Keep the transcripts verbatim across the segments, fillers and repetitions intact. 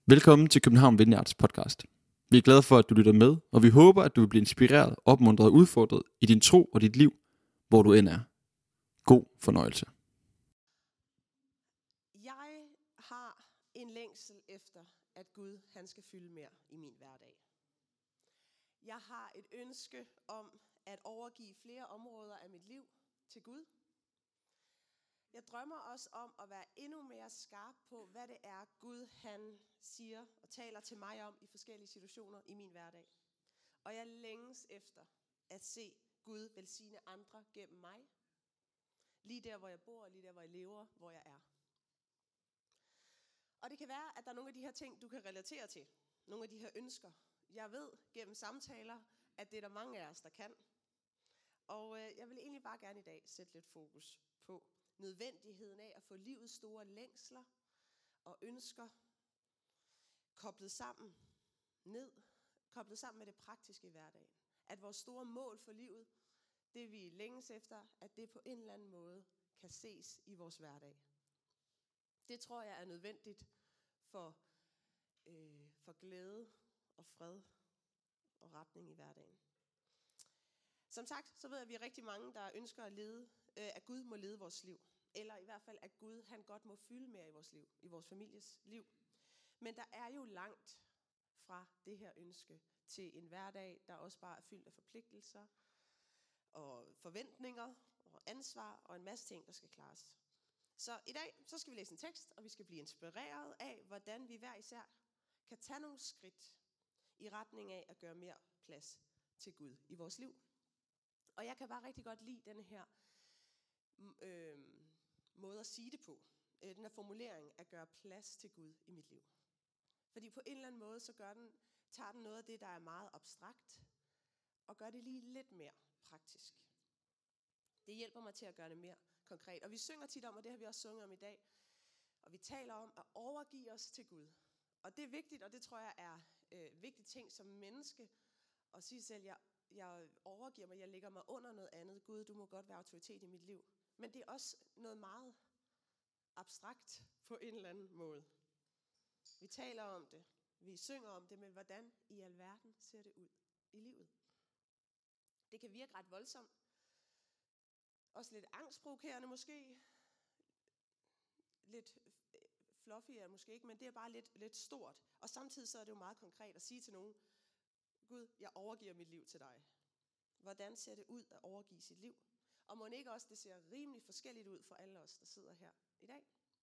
Velkommen til København Vineyards podcast. Vi er glade for, at du lytter med, og vi håber, at du vil blive inspireret, opmuntret og udfordret i din tro og dit liv, hvor du end er. God fornøjelse. Jeg har en længsel efter, at Gud han skal fylde mere i min hverdag. Jeg har et ønske om at overgive flere områder af mit liv til Gud. Jeg drømmer også om at være endnu mere skarp på, hvad det er, Gud han siger og taler til mig om i forskellige situationer i min hverdag. Og jeg længes efter at se Gud velsigne andre gennem mig. Lige der, hvor jeg bor, lige der, hvor jeg lever, hvor jeg er. Og det kan være, at der er nogle af de her ting, du kan relatere til. Nogle af de her ønsker. Jeg ved gennem samtaler, at det er der mange af os, der kan. Og øh, jeg vil egentlig bare gerne i dag sætte lidt fokus på nødvendigheden af at få livets store længsler og ønsker koblet sammen ned, koblet sammen med det praktiske i hverdagen. At vores store mål for livet, det vi længes efter, at det på en eller anden måde kan ses i vores hverdag. Det tror jeg er nødvendigt for, øh, for glæde og fred og retning i hverdagen. Som sagt, så ved jeg, at vi er rigtig mange, der ønsker at lede, øh, at Gud må lede vores liv. Eller i hvert fald, at Gud han godt må fylde mere i vores liv, i vores families liv. Men der er jo langt fra det her ønske til en hverdag, der også bare er fyldt af forpligtelser og forventninger og ansvar og en masse ting, der skal klares. Så i dag, så skal vi læse en tekst, og vi skal blive inspireret af, hvordan vi hver især kan tage nogle skridt i retning af at gøre mere plads til Gud i vores liv. Og jeg kan bare rigtig godt lide den her øh, måde at sige det på. Øh, den her formulering at gøre plads til Gud i mit liv. Fordi på en eller anden måde, så gør den, tager den noget af det, der er meget abstrakt, og gør det lige lidt mere praktisk. Det hjælper mig til at gøre det mere konkret. Og vi synger tit om, og det har vi også sunget om i dag, og vi taler om at overgive os til Gud. Og det er vigtigt, og det tror jeg er øh, vigtige ting som menneske, at sige selv, jeg, jeg overgiver mig, jeg lægger mig under noget andet. Gud, du må godt være autoritet i mit liv. Men det er også noget meget abstrakt på en eller anden måde. Vi taler om det, vi synger om det, men hvordan i alverden ser det ud i livet? Det kan virke ret voldsomt. Også lidt angstprovokerende måske. Lidt fluffy er måske ikke, men det er bare lidt, lidt stort. Og samtidig så er det jo meget konkret at sige til nogen, Gud, jeg overgiver mit liv til dig. Hvordan ser det ud at overgive sit liv? Og må ikke også, det ser rimelig forskelligt ud for alle os, der sidder her i dag.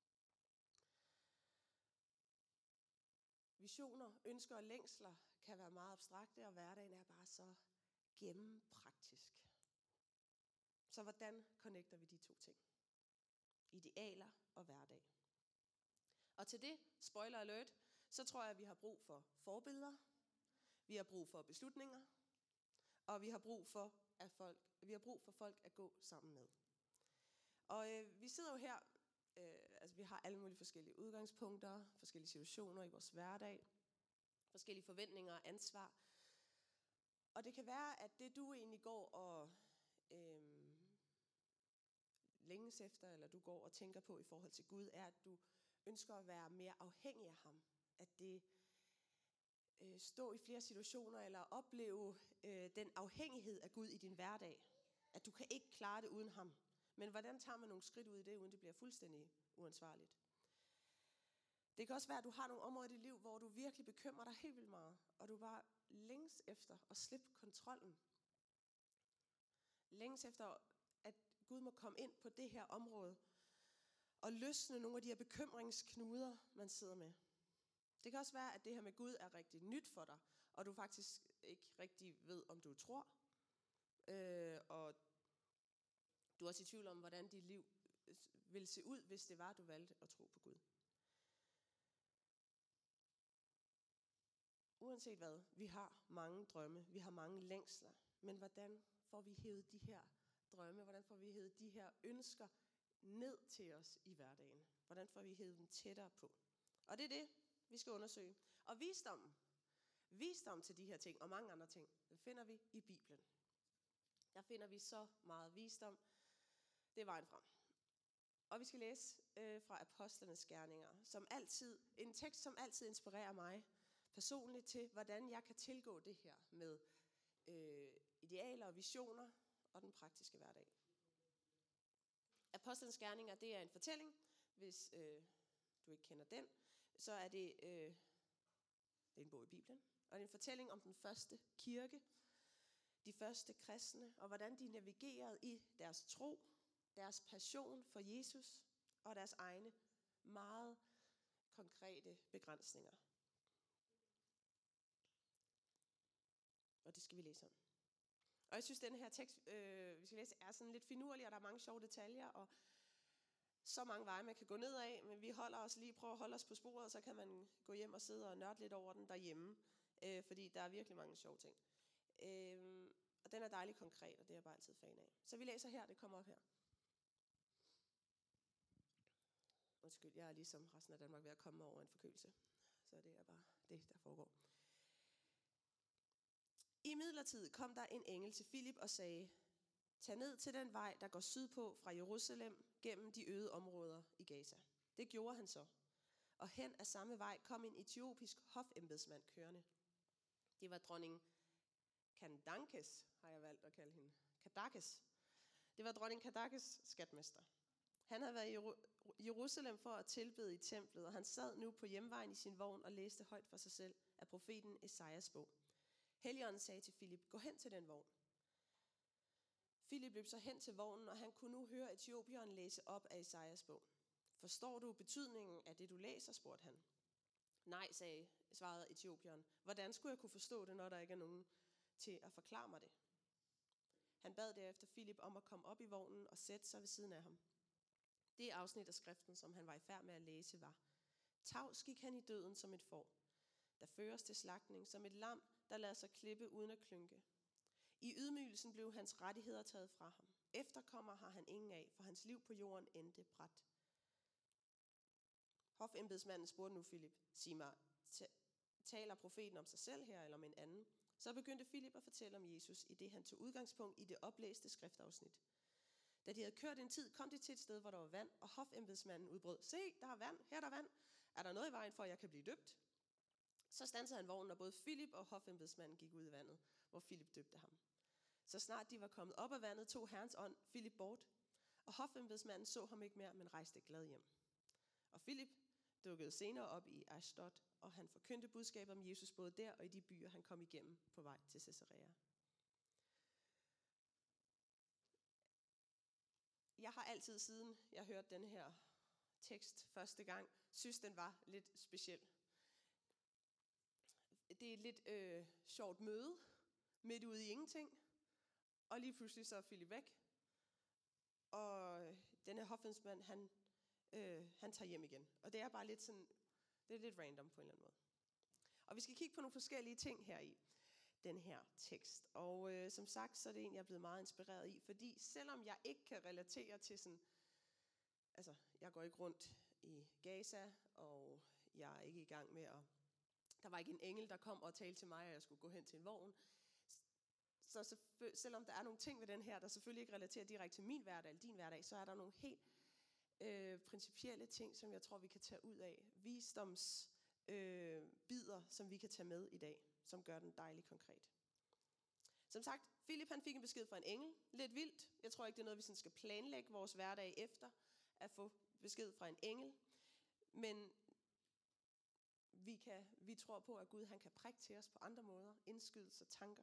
Visioner, ønsker og længsler kan være meget abstrakte, og hverdagen er bare så gennempraktisk. Så hvordan connecter vi de to ting? Idealer og hverdag. Og til det, spoiler alert, så tror jeg, at vi har brug for forbilleder, vi har brug for beslutninger, og vi har brug for, at folk, vi har brug for folk at gå sammen med. Og øh, vi sidder jo her, øh, altså vi har alle mulige forskellige udgangspunkter, forskellige situationer i vores hverdag, forskellige forventninger og ansvar. Og det kan være, at det du egentlig går og øh, længes efter, eller du går og tænker på i forhold til Gud, er, at du ønsker at være mere afhængig af ham. At det øh, stå i flere situationer, eller opleve øh, den afhængighed af Gud i din hverdag. At du kan ikke klare det uden ham. Men hvordan tager man nogle skridt ud i det, uden det bliver fuldstændig uansvarligt? Det kan også være, at du har nogle områder i dit liv, hvor du virkelig bekymrer dig helt vildt meget, og du bare længes efter at slippe kontrollen. Længes efter, at Gud må komme ind på det her område, og løsne nogle af de her bekymringsknuder, man sidder med. Det kan også være, at det her med Gud er rigtig nyt for dig, og du faktisk ikke rigtig ved, om du tror, øh, og du er også i tvivl om, hvordan dit liv ville se ud, hvis det var, du valgte at tro på Gud. Uanset hvad, vi har mange drømme, vi har mange længsler, men hvordan får vi hævet de her drømme, hvordan får vi hævet de her ønsker ned til os i hverdagen? Hvordan får vi hævet dem tættere på? Og det er det, vi skal undersøge. Og visdommen, visdom til de her ting og mange andre ting, det finder vi i Bibelen. Der finder vi så meget visdom. Det er vejen frem. Og vi skal læse øh, fra Apostlenes Gerninger, som altid, en tekst, som altid inspirerer mig personligt til, hvordan jeg kan tilgå det her med øh, idealer og visioner og den praktiske hverdag. Apostlenes Gerninger, det er en fortælling. Hvis øh, du ikke kender den, så er det, øh, det er en bog i Bibelen. Og det er en fortælling om den første kirke, de første kristne, og hvordan de navigerede i deres tro, deres passion for Jesus og deres egne meget konkrete begrænsninger. Og det skal vi læse om. Og jeg synes, at den her tekst, øh, vi skal læse, er sådan lidt finurlig, og der er mange sjove detaljer, og så mange veje, man kan gå ned af, men vi holder os lige, prøver at holde os på sporet, så kan man gå hjem og sidde og nørde lidt over den derhjemme, øh, fordi der er virkelig mange sjove ting. Øh, og den er dejligt konkret, og det er jeg bare altid fan af. Så vi læser her, det kommer op her. Undskyld, jeg er ligesom resten af Danmark ved at komme over en forkølelse, så det er bare det, der foregår. I midlertid kom der en engel til Filip og sagde, tag ned til den vej, der går sydpå fra Jerusalem gennem de øde områder i Gaza. Det gjorde han så. Og hen ad samme vej kom en etiopisk hofembedsmand kørende. Det var dronning Kandakes, har jeg valgt at kalde hende. Kadakes. Det var dronning Kadakes skatmester. Han havde været i Jerusalem for at tilbede i templet, og han sad nu på hjemvejen i sin vogn og læste højt for sig selv af profeten Esajas bog. Helligånden sagde til Filip, gå hen til den vogn. Filip løb så hen til vognen, og han kunne nu høre etiopieren læse op af Esajas bog. Forstår du betydningen af det, du læser, spurgte han. Nej, sagde, svarede etiopieren. Hvordan skulle jeg kunne forstå det, når der ikke er nogen til at forklare mig det? Han bad derefter Filip om at komme op i vognen og sætte sig ved siden af ham. Det afsnit af skriften, som han var i færd med at læse, var: Tavs gik han i døden som et får, der føres til slagtning, som et lam, der lader sig klippe uden at klynke. I ydmygelsen blev hans rettigheder taget fra ham. Efterkommer har han ingen af, for hans liv på jorden endte brat. Hofembedsmanden spurgte nu Filip, sig mig, taler profeten om sig selv her eller om en anden? Så begyndte Filip at fortælle om Jesus, i det han tog udgangspunkt i det oplæste skriftafsnit. Da de havde kørt en tid, kom de til et sted, hvor der var vand, og hofembedsmanden udbrød, se, der er vand, her er der vand. Er der noget i vejen for, at jeg kan blive døbt? Så standsede han vognen, og både Filip og hofembedsmanden gik ud i vandet, hvor Filip døbte ham. Så snart de var kommet op af vandet, tog Herrens ånd Filip bort, og hofembedsmanden så ham ikke mere, men rejste glad hjem. Og Filip dukkede senere op i Ashdod, og han forkyndte budskabet om Jesus både der og i de byer, han kom igennem på vej til Caesarea. Jeg har altid siden jeg hørte den her tekst første gang, synes den var lidt speciel. Det er et lidt øh, sjovt møde, midt ude i ingenting, og lige pludselig så er Filip væk, og denne hofembedsmand, han, øh, han tager hjem igen. Og det er bare lidt sådan, det er lidt random på en eller anden måde. Og vi skal kigge på nogle forskellige ting her i den her tekst. Og øh, som sagt, så er det en, jeg er blevet meget inspireret i, fordi selvom jeg ikke kan relatere til sådan, altså jeg går ikke rundt i Gaza, og jeg er ikke i gang med at, der var ikke en engel, der kom og talte til mig, at jeg skulle gå hen til en vogn. Så, så selvom der er nogle ting ved den her, der selvfølgelig ikke relaterer direkte til min hverdag eller din hverdag, så er der nogle helt øh, principielle ting, som jeg tror, vi kan tage ud af. Visdoms øh, bider, som vi kan tage med i dag, som gør den dejligt konkret. Som sagt, Filip han fik en besked fra en engel. Lidt vildt. Jeg tror ikke, det er noget, vi sådan skal planlægge vores hverdag efter, at få besked fra en engel. Men vi, kan, vi tror på, at Gud han kan prikke til os på andre måder, indskydelser, tanker.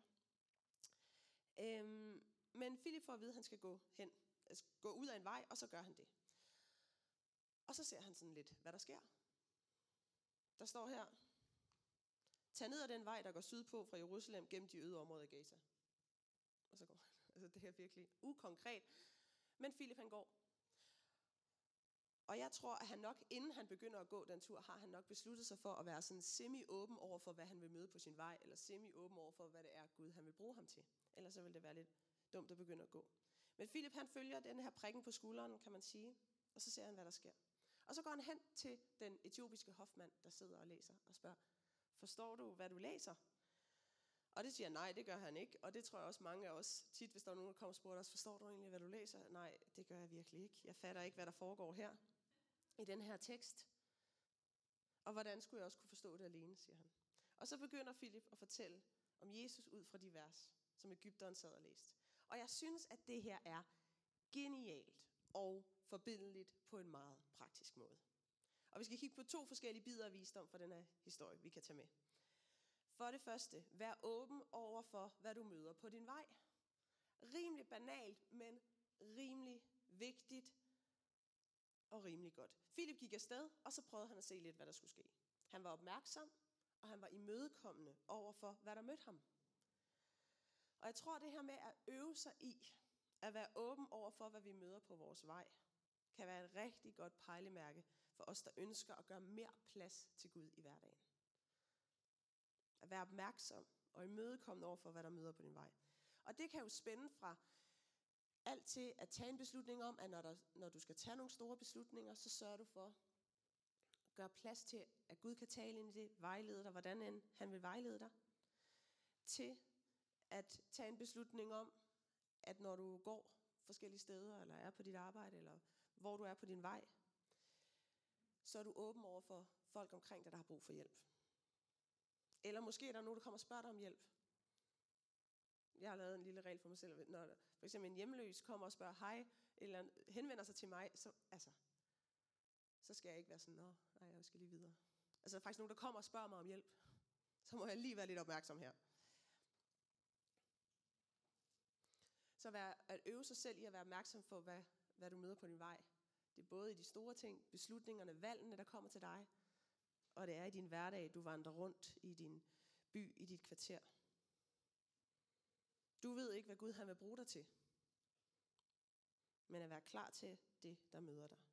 Øhm, men Filip får at vide, at han skal gå hen, altså gå ud af en vej, og så gør han det. Og så ser han sådan lidt, hvad der sker. Der står her, tag ned ad den vej, der går sydpå fra Jerusalem gennem de øde områder i Gaza. Og så går han. Altså det er virkelig ukonkret. Men Filip han går. Og jeg tror, at han nok, inden han begynder at gå den tur, har han nok besluttet sig for at være sådan semi-åben over for, hvad han vil møde på sin vej, eller semi-åben over for, hvad det er, Gud han vil bruge ham til. Ellers så vil det være lidt dumt at begynde at gå. Men Filip han følger den her prikken på skulderen, kan man sige, og så ser han, hvad der sker. Og så går han hen til den etiopiske hofmand, der sidder og læser, og spørger, forstår du, hvad du læser? Og det siger han, nej, det gør han ikke. Og det tror jeg også mange af os tit, hvis der er nogen, der kommer og spørger os, forstår du egentlig, hvad du læser? Nej, det gør jeg virkelig ikke. Jeg fatter ikke, hvad der foregår her i den her tekst. Og hvordan skulle jeg også kunne forstå det alene, siger han. Og så begynder Filip at fortælle om Jesus ud fra de vers, som Egypteren sad og læste. Og jeg synes, at det her er genialt og forbindeligt på en meget praktisk måde. Og vi skal kigge på to forskellige bidder af visdom fra den her historie, vi kan tage med. For det første, vær åben over for, hvad du møder på din vej. Rimelig banalt, men rimelig vigtigt og rimelig godt. Filip gik afsted, og så prøvede han at se lidt, hvad der skulle ske. Han var opmærksom, og han var imødekommende over for, hvad der mødte ham. Og jeg tror, det her med at øve sig i, at være åben over for, hvad vi møder på vores vej, kan være et rigtig godt pejlemærke for os, der ønsker at gøre mere plads til Gud i hverdagen. At være opmærksom og imødekommende over for, hvad der møder på din vej. Og det kan jo spænde fra alt til at tage en beslutning om, at når, der, når du skal tage nogle store beslutninger, så sørger du for at gøre plads til, at Gud kan tale ind i det, vejlede dig, hvordan end han vil vejlede dig. Til at tage en beslutning om, at når du går forskellige steder, eller er på dit arbejde, eller hvor du er på din vej, så er du åben over for folk omkring dig, der har brug for hjælp. Eller måske er der nogen, der kommer og spørger dig om hjælp. Jeg har lavet en lille regel for mig selv. Når for eksempel en hjemløs kommer og spørger hej, eller henvender sig til mig, så, altså, så skal jeg ikke være sådan, nå, nej, jeg skal lige videre. Altså der er faktisk nogen, der kommer og spørger mig om hjælp. Så må jeg lige være lidt opmærksom her. Så vær, at øve sig selv i at være opmærksom på, hvad, hvad du møder på din vej. Det er både i de store ting, beslutningerne, valgene, der kommer til dig, og det er i din hverdag, du vandrer rundt i din by, i dit kvarter. Du ved ikke, hvad Gud han vil bruge dig til, men at være klar til det, der møder dig.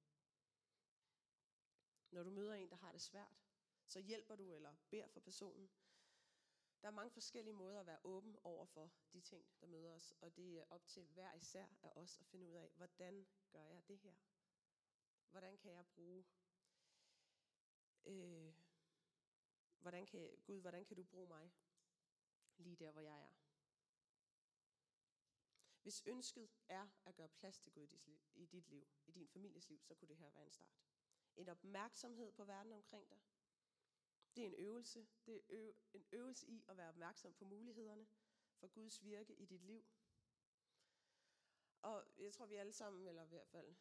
Når du møder en, der har det svært, så hjælper du eller beder for personen. Der er mange forskellige måder at være åben over for de ting, der møder os, og det er op til hver især af os at finde ud af, hvordan gør jeg det her? Hvordan kan jeg bruge, øh, hvordan kan, Gud, hvordan kan du bruge mig lige der, hvor jeg er? Hvis ønsket er at gøre plads til Gud i dit liv, i din families liv, så kunne det her være en start. En opmærksomhed på verden omkring dig. Det er en øvelse. Det er øv- en øvelse i at være opmærksom på mulighederne for Guds virke i dit liv. Og jeg tror, vi alle sammen, eller i hvert fald,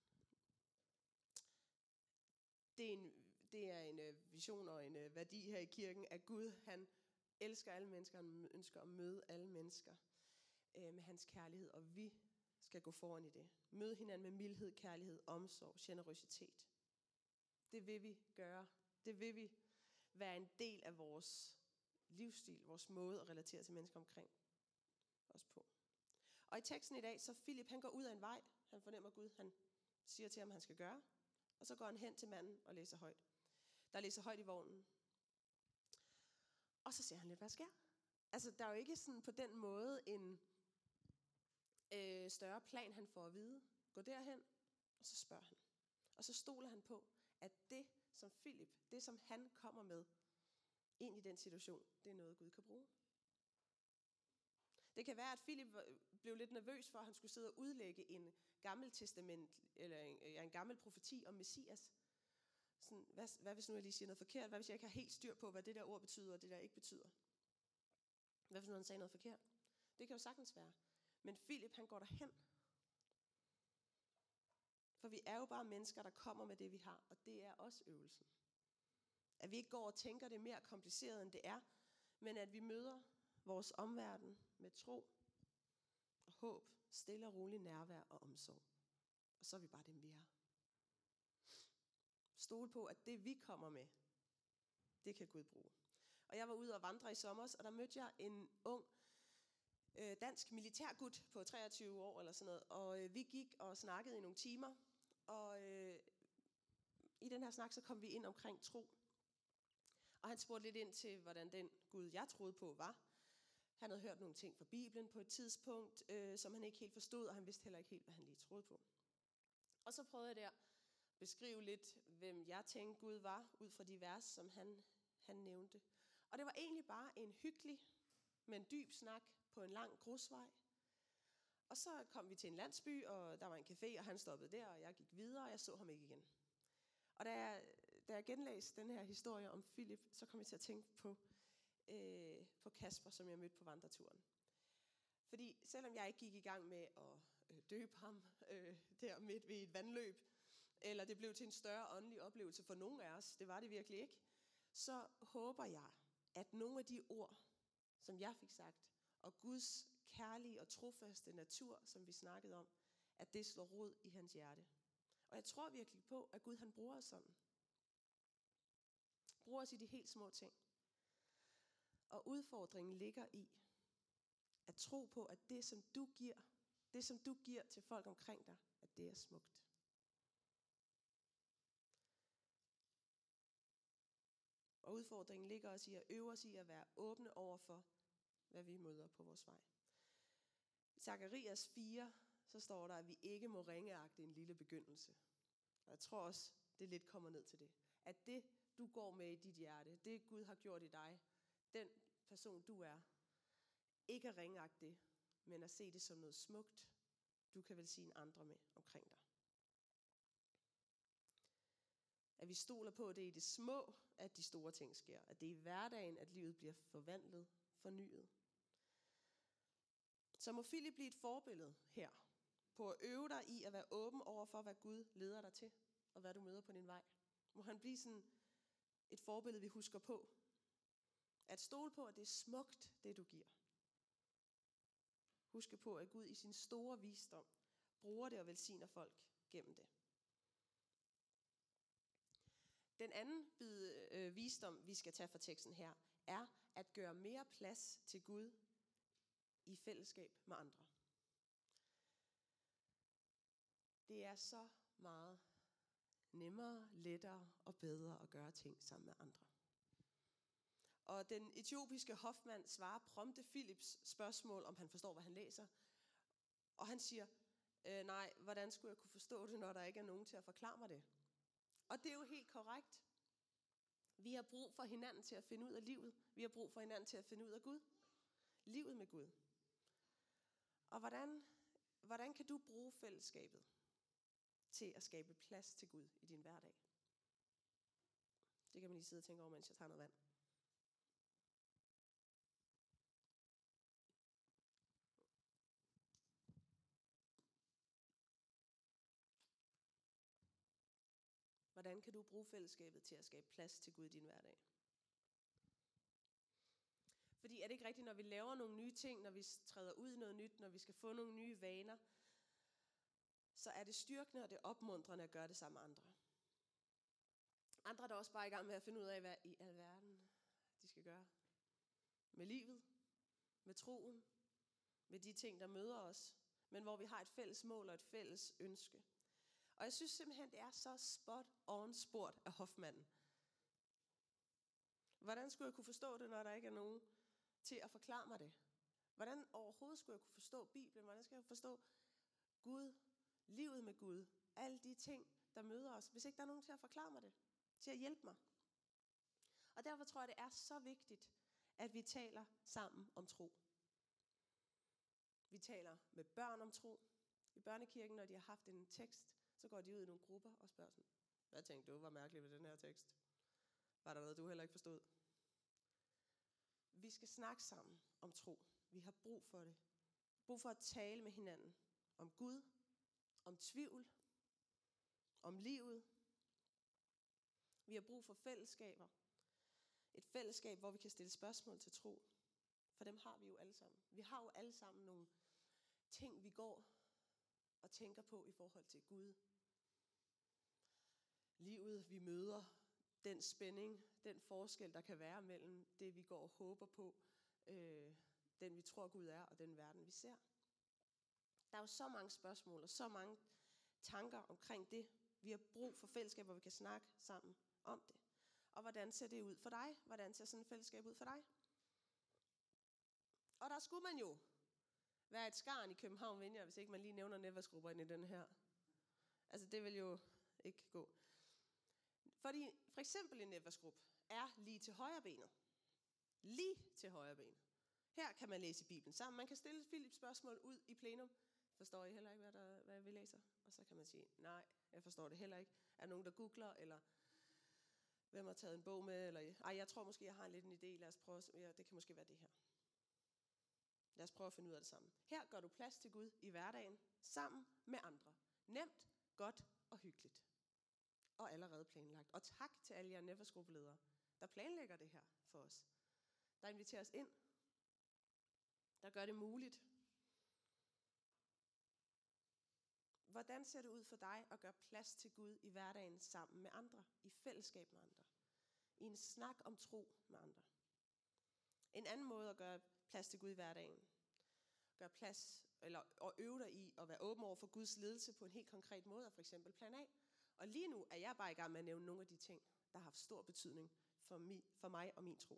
det er en, det er en vision og en værdi her i kirken, at Gud, han elsker alle mennesker, han ønsker at møde alle mennesker med hans kærlighed, og vi skal gå foran i det. Møde hinanden med mildhed, kærlighed, omsorg, generøsitet. Det vil vi gøre. Det vil vi være en del af vores livsstil, vores måde at relatere til mennesker omkring os på. Og i teksten i dag, så Filip, han går ud af en vej. Han fornemmer Gud, han siger til ham, han skal gøre. Og så går han hen til manden og læser højt. Der læser højt i vognen. Og så ser han lidt, hvad der sker. Altså, der er jo ikke sådan på den måde en øh, større plan, han får at vide. Gå derhen, og så spørger han. Og så stoler han på, at det, som Filip, det som han kommer med ind i den situation, det er noget, Gud kan bruge. Det kan være, at Filip blev lidt nervøs for, at han skulle sidde og udlægge en gammel testament, eller en, ja, en gammel profeti om Messias. Sådan, hvad, hvad hvis nu jeg lige siger noget forkert? Hvad hvis jeg ikke har helt styr på, hvad det der ord betyder, og det der ikke betyder? Hvad hvis nu han sagde noget forkert? Det kan jo sagtens være. Men Filip, han går derhen. For vi er jo bare mennesker, der kommer med det, vi har, og det er også øvelsen. At vi ikke går og tænker det mere kompliceret, end det er, men at vi møder vores omverden med tro og håb, stille og rolig nærvær og omsorg. Og så er vi bare dem, vi er. Stol på, at det vi kommer med, det kan Gud bruge. Og jeg var ude og vandre i sommer, og der mødte jeg en ung øh, dansk militærgut på treogtyve år eller sådan noget. Og øh, vi gik og snakkede i nogle timer, og øh, i den her snak, så kom vi ind omkring tro. Og han spurgte lidt ind til, hvordan den Gud, jeg troede på, var. Han havde hørt nogle ting fra Bibelen på et tidspunkt, øh, som han ikke helt forstod, og han vidste heller ikke helt, hvad han lige troede på. Og så prøvede jeg der at beskrive lidt, hvem jeg tænkte Gud var, ud fra de vers, som han, han nævnte. Og det var egentlig bare en hyggelig med en dyb snak på en lang grusvej. Og så kom vi til en landsby, og der var en café, og han stoppede der, og jeg gik videre, og jeg så ham ikke igen. Og da jeg, da jeg genlæste den her historie om Philip, så kom jeg til at tænke på, øh, på Kasper, som jeg mødte på vandreturen. Fordi selvom jeg ikke gik i gang med at øh, døbe ham øh, der midt ved et vandløb, eller det blev til en større åndelig oplevelse for nogen af os, det var det virkelig ikke, så håber jeg, at nogle af de ord, som jeg fik sagt, og Guds kærlige og trofaste natur, som vi snakkede om, at det slår rod i hans hjerte. Og jeg tror virkelig på, at Gud han bruger os sådan. Bruger os i de helt små ting. Og udfordringen ligger i, at tro på, at det som du giver, det som du giver til folk omkring dig, at det er smukt. Og udfordringen ligger også i at øve os i at være åbne over for, hvad vi møder på vores vej. I Zakarias fire, så står der, at vi ikke må ringeagte en lille begyndelse. Og jeg tror også, det lidt kommer ned til det. At det, du går med i dit hjerte, det Gud har gjort i dig, den person du er, ikke at ringeagte det, men at se det som noget smukt, du kan velsigne andre med omkring dig. At vi stoler på, at det er i det små, at de store ting sker. At det er i hverdagen, at livet bliver forvandlet, fornyet. Så må Philip blive et forbillede her, på at øve dig i at være åben over for, hvad Gud leder dig til, og hvad du møder på din vej. Må han blive sådan et forbillede, vi husker på. At stole på, at det er smukt, det du giver. Husk på, at Gud i sin store visdom bruger det og velsigner folk gennem det. Den anden bid øh, visdom, vi skal tage fra teksten her, er at gøre mere plads til Gud i fællesskab med andre. Det er så meget nemmere, lettere og bedre at gøre ting sammen med andre. Og den etiopiske hofmand svarer prompte Philips spørgsmål, om han forstår, hvad han læser. Og han siger, øh, nej, hvordan skulle jeg kunne forstå det, når der ikke er nogen til at forklare mig det? Og det er jo helt korrekt. Vi har brug for hinanden til at finde ud af livet. Vi har brug for hinanden til at finde ud af Gud. Livet med Gud. Og hvordan, hvordan kan du bruge fællesskabet til at skabe plads til Gud i din hverdag? Det kan man lige sidde og tænke over, mens jeg tager noget vand. Hvordan kan du bruge fællesskabet til at skabe plads til Gud i din hverdag? Fordi er det ikke rigtigt, når vi laver nogle nye ting, når vi træder ud i noget nyt, når vi skal få nogle nye vaner, så er det styrkende og det opmuntrende at gøre det sammen med andre. Andre er der også bare i gang med at finde ud af, hvad i alverden de skal gøre. Med livet, med troen, med de ting, der møder os, men hvor vi har et fælles mål og et fælles ønske. Og jeg synes simpelthen, det er så spot on spurgt af hofmanden. Hvordan skulle jeg kunne forstå det, når der ikke er nogen til at forklare mig det? Hvordan overhovedet skulle jeg kunne forstå Bibelen? Hvordan skal jeg forstå Gud, livet med Gud, alle de ting, der møder os, hvis ikke der er nogen til at forklare mig det, til at hjælpe mig? Og derfor tror jeg, det er så vigtigt, at vi taler sammen om tro. Vi taler med børn om tro. I børnekirken, når de har haft en tekst, så går de ud i nogle grupper og spørger sådan, hvad tænkte du var mærkeligt ved den her tekst? Var der noget, du heller ikke forstod? Vi skal snakke sammen om tro. Vi har brug for det. Brug for at tale med hinanden om Gud, om tvivl, om livet. Vi har brug for fællesskaber. Et fællesskab, hvor vi kan stille spørgsmål til tro. For dem har vi jo alle sammen. Vi har jo alle sammen nogle ting, vi går og tænker på i forhold til Gud. Livet, vi møder, den spænding, den forskel, der kan være mellem det, vi går og håber på, øh, den vi tror Gud er, og den verden, vi ser. Der er jo så mange spørgsmål og så mange tanker omkring det. Vi har brug for fællesskab, hvor vi kan snakke sammen om det. Og hvordan ser det ud for dig? Hvordan ser sådan et fællesskab ud for dig? Og der skulle man jo være et skarn i København Vineyard, hvis ikke man lige nævner netværksgrupper ind i den her. Altså det vil jo ikke gå. Fordi for eksempel en netværksgruppe er lige til højre benet. Lige til højre benet. Her kan man læse Bibelen sammen. Man kan stille Philips spørgsmål ud i plenum. Forstår I heller ikke, hvad, der, hvad vi læser? Og så kan man sige, nej, jeg forstår det heller ikke. Er der nogen, der googler, eller hvem har taget en bog med? Eller, ej, jeg tror måske, jeg har en lidt en idé. Lad os prøve, ja, det kan måske være det her. Lad os prøve at finde ud af det sammen. Her gør du plads til Gud i hverdagen, sammen med andre. Nemt, godt og hyggeligt. Og allerede planlagt. Og tak til alle jer Nevergruppe-ledere, der planlægger det her for os. Der inviterer os ind. Der gør det muligt. Hvordan ser det ud for dig at gøre plads til Gud i hverdagen sammen med andre? I fællesskab med andre? I en snak om tro med andre? En anden måde at gøre plads til Gud i hverdagen. Gøre plads, eller at øve dig i at være åben over for Guds ledelse på en helt konkret måde, for eksempel plan A. Og lige nu er jeg bare i gang med at nævne nogle af de ting, der har haft stor betydning for, mi, for mig og min tro.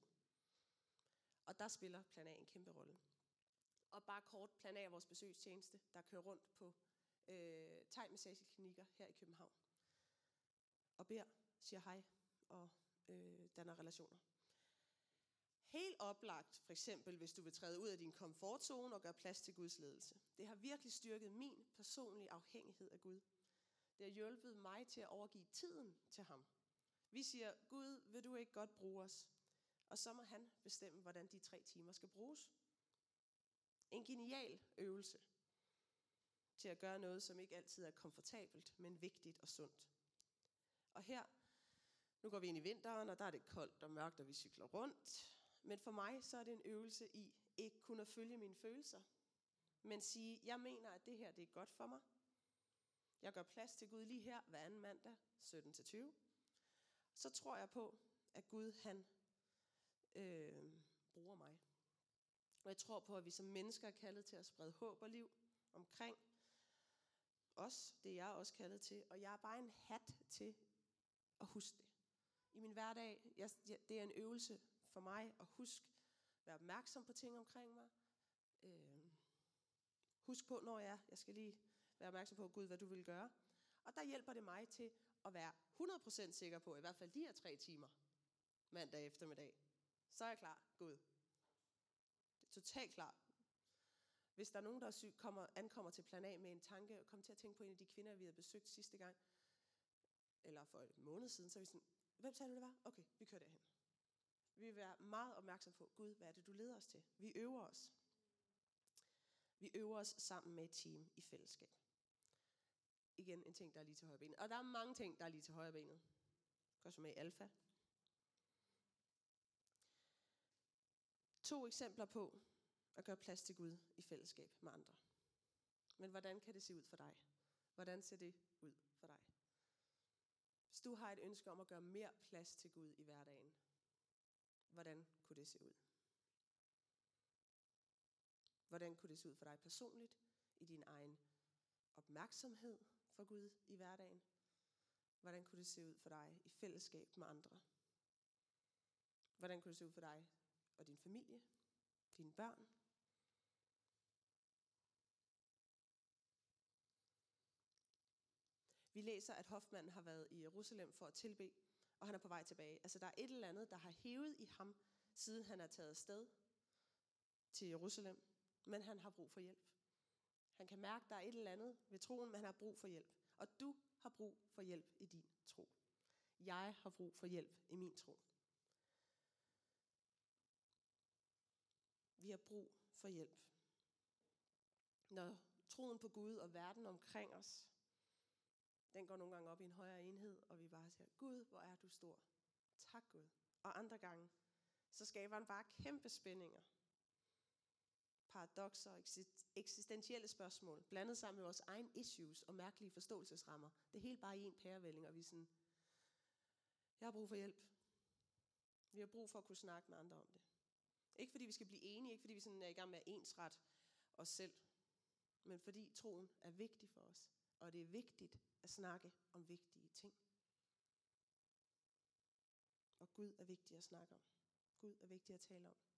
Og der spiller plan A en kæmpe rolle. Og bare kort, plan A er vores besøgstjeneste, der kører rundt på øh, thai-massageklinikker her i København. Og beder, siger hej og øh, danner relationer. Helt oplagt, for eksempel, hvis du vil træde ud af din komfortzone og gøre plads til Guds ledelse. Det har virkelig styrket min personlige afhængighed af Gud. Det har hjulpet mig til at overgive tiden til ham. Vi siger, Gud, vil du ikke godt bruge os? Og så må han bestemme, hvordan de tre timer skal bruges. En genial øvelse til at gøre noget, som ikke altid er komfortabelt, men vigtigt og sundt. Og her, nu går vi ind i vinteren, og der er det koldt og mørkt, og vi cykler rundt. Men for mig, så er det en øvelse i ikke kun at følge mine følelser, men sige, jeg mener, at det her det er godt for mig. Jeg gør plads til Gud lige her, hver anden mandag, sytten til tyve. Så tror jeg på, at Gud, han øh, bruger mig. Og jeg tror på, at vi som mennesker er kaldet til at sprede håb og liv omkring os. Det er jeg også kaldet til. Og jeg er bare en hat til at huske det. I min hverdag, jeg, det er en øvelse for mig at huske, være opmærksom på ting omkring mig. Øh, husk på, når jeg, jeg skal lige være opmærksom på, Gud, hvad du vil gøre. Og der hjælper det mig til at være hundrede procent sikker på, i hvert fald de her tre timer, mandag eftermiddag. Så er jeg klar, Gud. Det er totalt klar. Hvis der er nogen, der syg, kommer, ankommer til plan A med en tanke, og kommer til at tænke på en af de kvinder, vi havde besøgt sidste gang, eller for en måned siden, så er vi sådan, hvem sagde du det var? Okay, vi kører derhen. Vi vil være meget opmærksom på, Gud, hvad er det, du leder os til? Vi øver os. Vi øver os sammen med et team i fællesskab. Igen en ting, der er lige til højre benet. Og der er mange ting, der er lige til højre benet. Går så med i alfa. To eksempler på at gøre plads til Gud i fællesskab med andre. Men hvordan kan det se ud for dig? Hvordan ser det ud for dig? Hvis du har et ønske om at gøre mere plads til Gud i hverdagen, hvordan kunne det se ud? Hvordan kunne det se ud for dig personligt, i din egen opmærksomhed for Gud i hverdagen? Hvordan kunne det se ud for dig i fællesskab med andre? Hvordan kunne det se ud for dig og din familie, dine børn? Vi læser, at hofmanden har været i Jerusalem for at tilbede, og han er på vej tilbage. Altså der er et eller andet, der har hævet i ham, siden han er taget afsted til Jerusalem, men han har brug for hjælp. Han kan mærke, at der er et eller andet ved troen, men han har brug for hjælp. Og du har brug for hjælp i din tro. Jeg har brug for hjælp i min tro. Vi har brug for hjælp. Når troen på Gud og verden omkring os, den går nogle gange op i en højere enhed, og vi bare siger, Gud, hvor er du stor. Tak Gud. Og andre gange, så skaber han bare kæmpe spændinger. Paradokser og eksistentielle spørgsmål, blandet sammen med vores egen issues og mærkelige forståelsesrammer. Det er helt bare i en pærevælling, og vi er sådan, jeg har brug for hjælp. Vi har brug for at kunne snakke med andre om det. Ikke fordi vi skal blive enige, ikke fordi vi sådan er i gang med at ensret os selv, men fordi troen er vigtig for os, og det er vigtigt at snakke om vigtige ting. Og Gud er vigtig at snakke om. Gud er vigtig at tale om.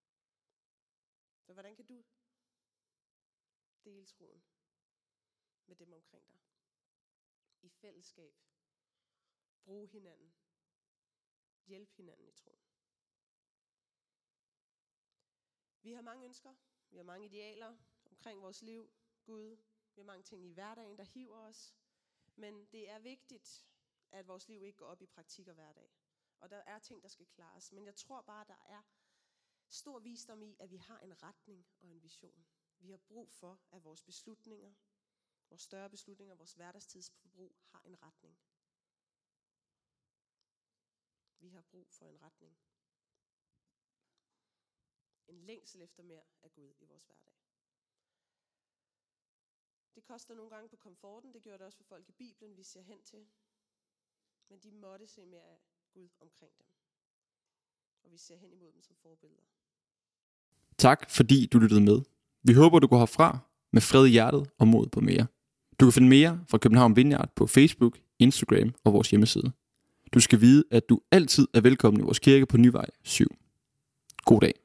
Så hvordan kan du dele troen med dem omkring dig? I fællesskab. Bruge hinanden. Hjælpe hinanden i troen. Vi har mange ønsker, vi har mange idealer omkring vores liv, Gud. Vi har mange ting i hverdagen, der hiver os. Men det er vigtigt, at vores liv ikke går op i praktik og hverdag. Og der er ting, der skal klares. Men jeg tror bare, der er stor visdom i, at vi har en retning og en vision. Vi har brug for, at vores beslutninger, vores større beslutninger, vores hverdagstidsforbrug har en retning. Vi har brug for en retning. En længsel efter mere af Gud i vores hverdag. Det koster nogle gange på komforten, det gjorde det også for folk i Bibelen, vi ser hen til. Men de måtte se mere af Gud omkring dem. Og vi ser hen imod dem som forbilleder. Tak fordi du lyttede med. Vi håber du går herfra med fred i hjertet og mod på mere. Du kan finde mere fra København Vineyard på Facebook, Instagram og vores hjemmeside. Du skal vide, at du altid er velkommen i vores kirke på Nyvej syv. God dag.